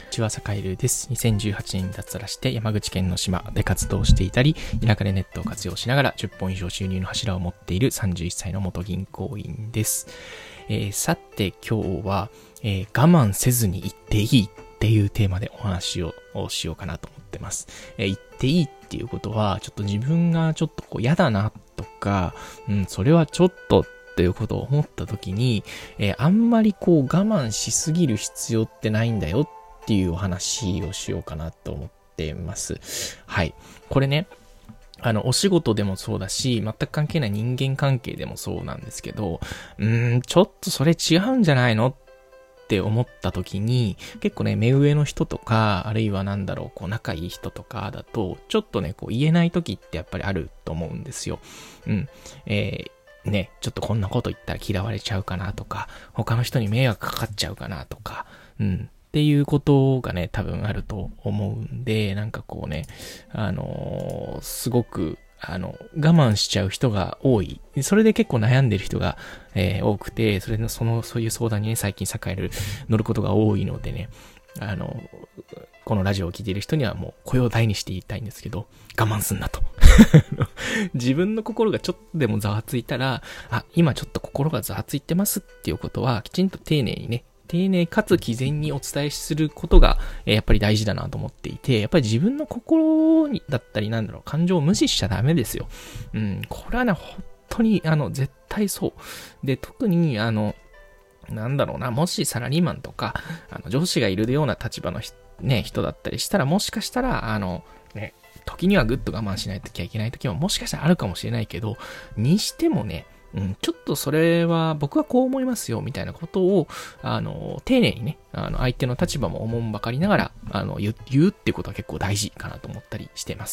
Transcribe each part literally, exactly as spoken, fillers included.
ちは、坂井瑠です。にせんじゅうはちねんに脱サラして山口県の島で活動していたり、田舎でネットを活用しながらじゅっぽん以上収入の柱を持っているさんじゅういっさいの元銀行員です。えー、さて今日は、えー、我慢せずに言っていいっていうテーマでお話をしようかなと思ってます。えー、言っていいっていうことは、ちょっと自分がちょっとこう嫌だなとか、うん、それはちょっとということを思った時に、えー、あんまりこう我慢しすぎる必要ってないんだよっていうお話をしようかなと思ってます。はい。これね、あの、お仕事でもそうだし、全く関係ない人間関係でもそうなんですけど、うーん、ちょっとそれ違うんじゃないのって思った時に、結構ね、目上の人とか、あるいはなんだろう、こう仲いい人とかだと、ちょっとね、こう言えない時ってやっぱりあると思うんですよ。うん。えーね、ちょっとこんなこと言ったら嫌われちゃうかなとか、他の人に迷惑かかっちゃうかなとか、うん、っていうことがね、多分あると思うんで、なんかこうね、あのー、すごく、あの、我慢しちゃう人が多い。それで結構悩んでる人が、えー、多くて、それの、その、そういう相談にね、最近栄える、乗ることが多いのでね、あの、このラジオを聞いている人にはもう声を大にして言いたいんですけど、我慢すんなと。自分の心がちょっとでもざわついたら、あ、今ちょっと心がざわついてますっていうことは、きちんと丁寧にね、丁寧かつ毅然にお伝えすることが、えー、やっぱり大事だなと思っていて、やっぱり自分の心にだったりなんだろう、感情を無視しちゃダメですよ。うん、これはね、本当に、あの、絶対そう。で、特に、あの、なんだろうな、もしサラリーマンとか、あの、上司がいるような立場のね、人だったりしたら、もしかしたら、あの、ね、時にはぐっと我慢しないときゃいけない時ももしかしたらあるかもしれないけど、にしてもね、うん、ちょっとそれは僕はこう思いますよみたいなことをあの丁寧にね、あの相手の立場も思んばかりながらあの 言, 言うっていうことは結構大事かなと思ったりしています。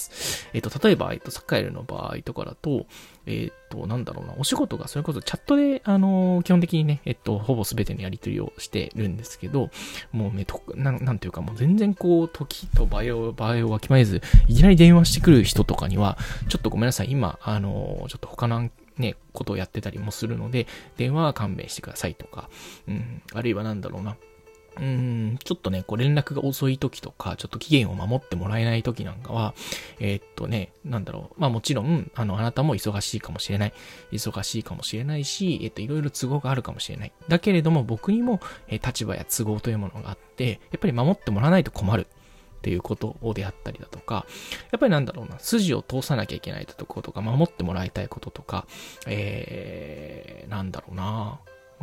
えっ、と例えばえっとサッカーの場合とかだとえっ、となんだろうな、お仕事がそれこそチャットであの基本的にねえっとほぼすべてのやり取りをしてるんですけど、もうねとな ん, なんていうかもう全然こう時と場合を場合をわきまえずいきなり電話してくる人とかにはちょっとごめんなさい、今あのちょっと他のね、ことをやってたりもするので、電話は勘弁してくださいとか、うん、あるいはなんだろうな、うーん、ちょっとね、こう連絡が遅い時とか、ちょっと期限を守ってもらえない時なんかは、えー、っとね、なんだろう、まあもちろん、あの、あなたも忙しいかもしれない。忙しいかもしれないし、えー、っと、いろいろ都合があるかもしれない。だけれども、僕にも、えー、立場や都合というものがあって、やっぱり守ってもらわないと困る。っていうことをであったりだとか、やっぱりなんだろうな、筋を通さなきゃいけないところとか、守ってもらいたいこととか、えー、なんだろうな、うん、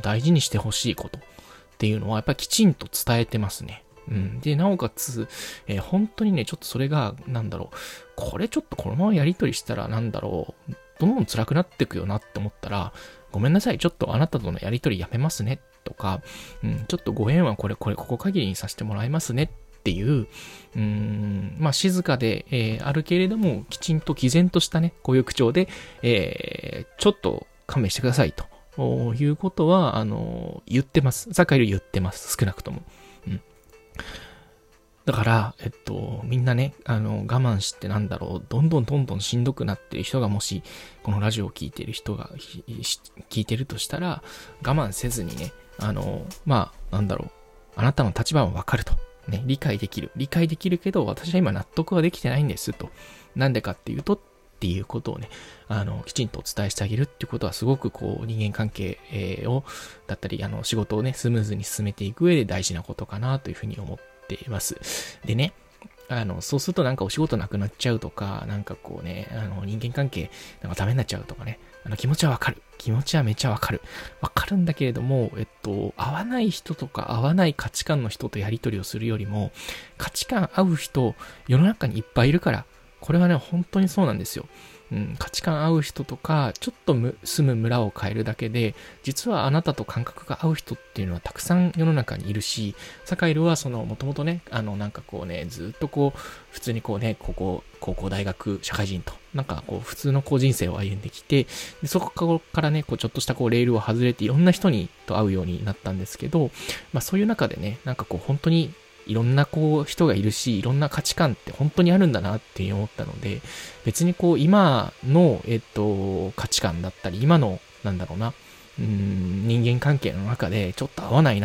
大事にしてほしいことっていうのは、やっぱりきちんと伝えてますね。うん、で、なおかつ、えー、本当にね、ちょっとそれが、なんだろう、これちょっとこのままやりとりしたら、なんだろう、どんどん辛くなっていくよなって思ったら、ごめんなさい、ちょっとあなたとのやりとりやめますね、とか、うん、ちょっとご縁はこれ、これ、ここ限りにさせてもらいますね、っていう、うーん、まあ、静かで、えー、あるけれども、きちんと毅然としたね、こういう口調で、えー、ちょっと勘弁してくださいということは、あの、言ってます。さっきより言ってます。少なくとも。うん。だから、えっと、みんなね、あの、我慢してなんだろう、どんどんどんどんしんどくなってる人がもし、このラジオを聞いてる人が、聞いてるとしたら、我慢せずにね、あの、まあ、なんだろう、あなたの立場もわかると。ね、理解できる。理解できるけど、私は今納得はできてないんですと。なんでかっていうと、っていうことをね、あの、きちんとお伝えしてあげるっていうことはすごくこう、人間関係を、だったり、あの、仕事をね、スムーズに進めていく上で大事なことかなというふうに思っています。でね、あの、そうするとなんかお仕事なくなっちゃうとか、なんかこうね、あの、人間関係、なんかダメになっちゃうとかね、あの、気持ちはわかる。気持ちはめっちゃわかる。わかるんだけれども、えっと、合わない人とか合わない価値観の人とやり取りをするよりも、価値観合う人、世の中にいっぱいいるから、これはね、本当にそうなんですよ。うん、価値観合う人とか、ちょっとむ住む村を変えるだけで、実はあなたと感覚が合う人っていうのはたくさん世の中にいるし、サカイルはその、もともとね、あの、なんかこうね、ずっとこう、普通にこうね、高校、高校、大学、社会人と、なんかこう、普通のこう人生を歩んできて、でそこからね、こう、ちょっとしたこう、レールを外れていろんな人にと会うようになったんですけど、まあそういう中でね、なんかこう、本当に、いろんなこう人がいるし、いろんな価値観って本当にあるんだなって思ったので、別にこう今の、えっと、価値観だったり、今の、なんだろうな、うーん、人間関係の中でちょっと合わないなっ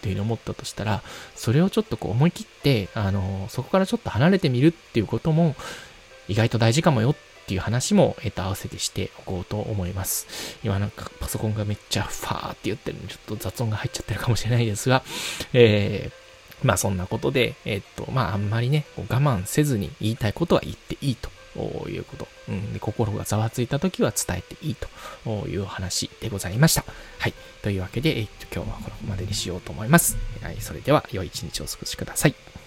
というふうに思ったとしたら、それをちょっとこう思い切って、あの、そこからちょっと離れてみるっていうことも意外と大事かもよっていう話も、えっと、合わせてしておこうと思います。今なんかパソコンがめっちゃファーって言ってるので、ちょっと雑音が入っちゃってるかもしれないですが、えー、まあそんなことで、えっと、まああんまりね、我慢せずに言いたいことは言っていいということ。うん、で心がざわついた時は伝えていいという話でございました。はい。というわけで、えっと、今日はここまでにしようと思います。はい。それでは、良い一日をお過ごしください。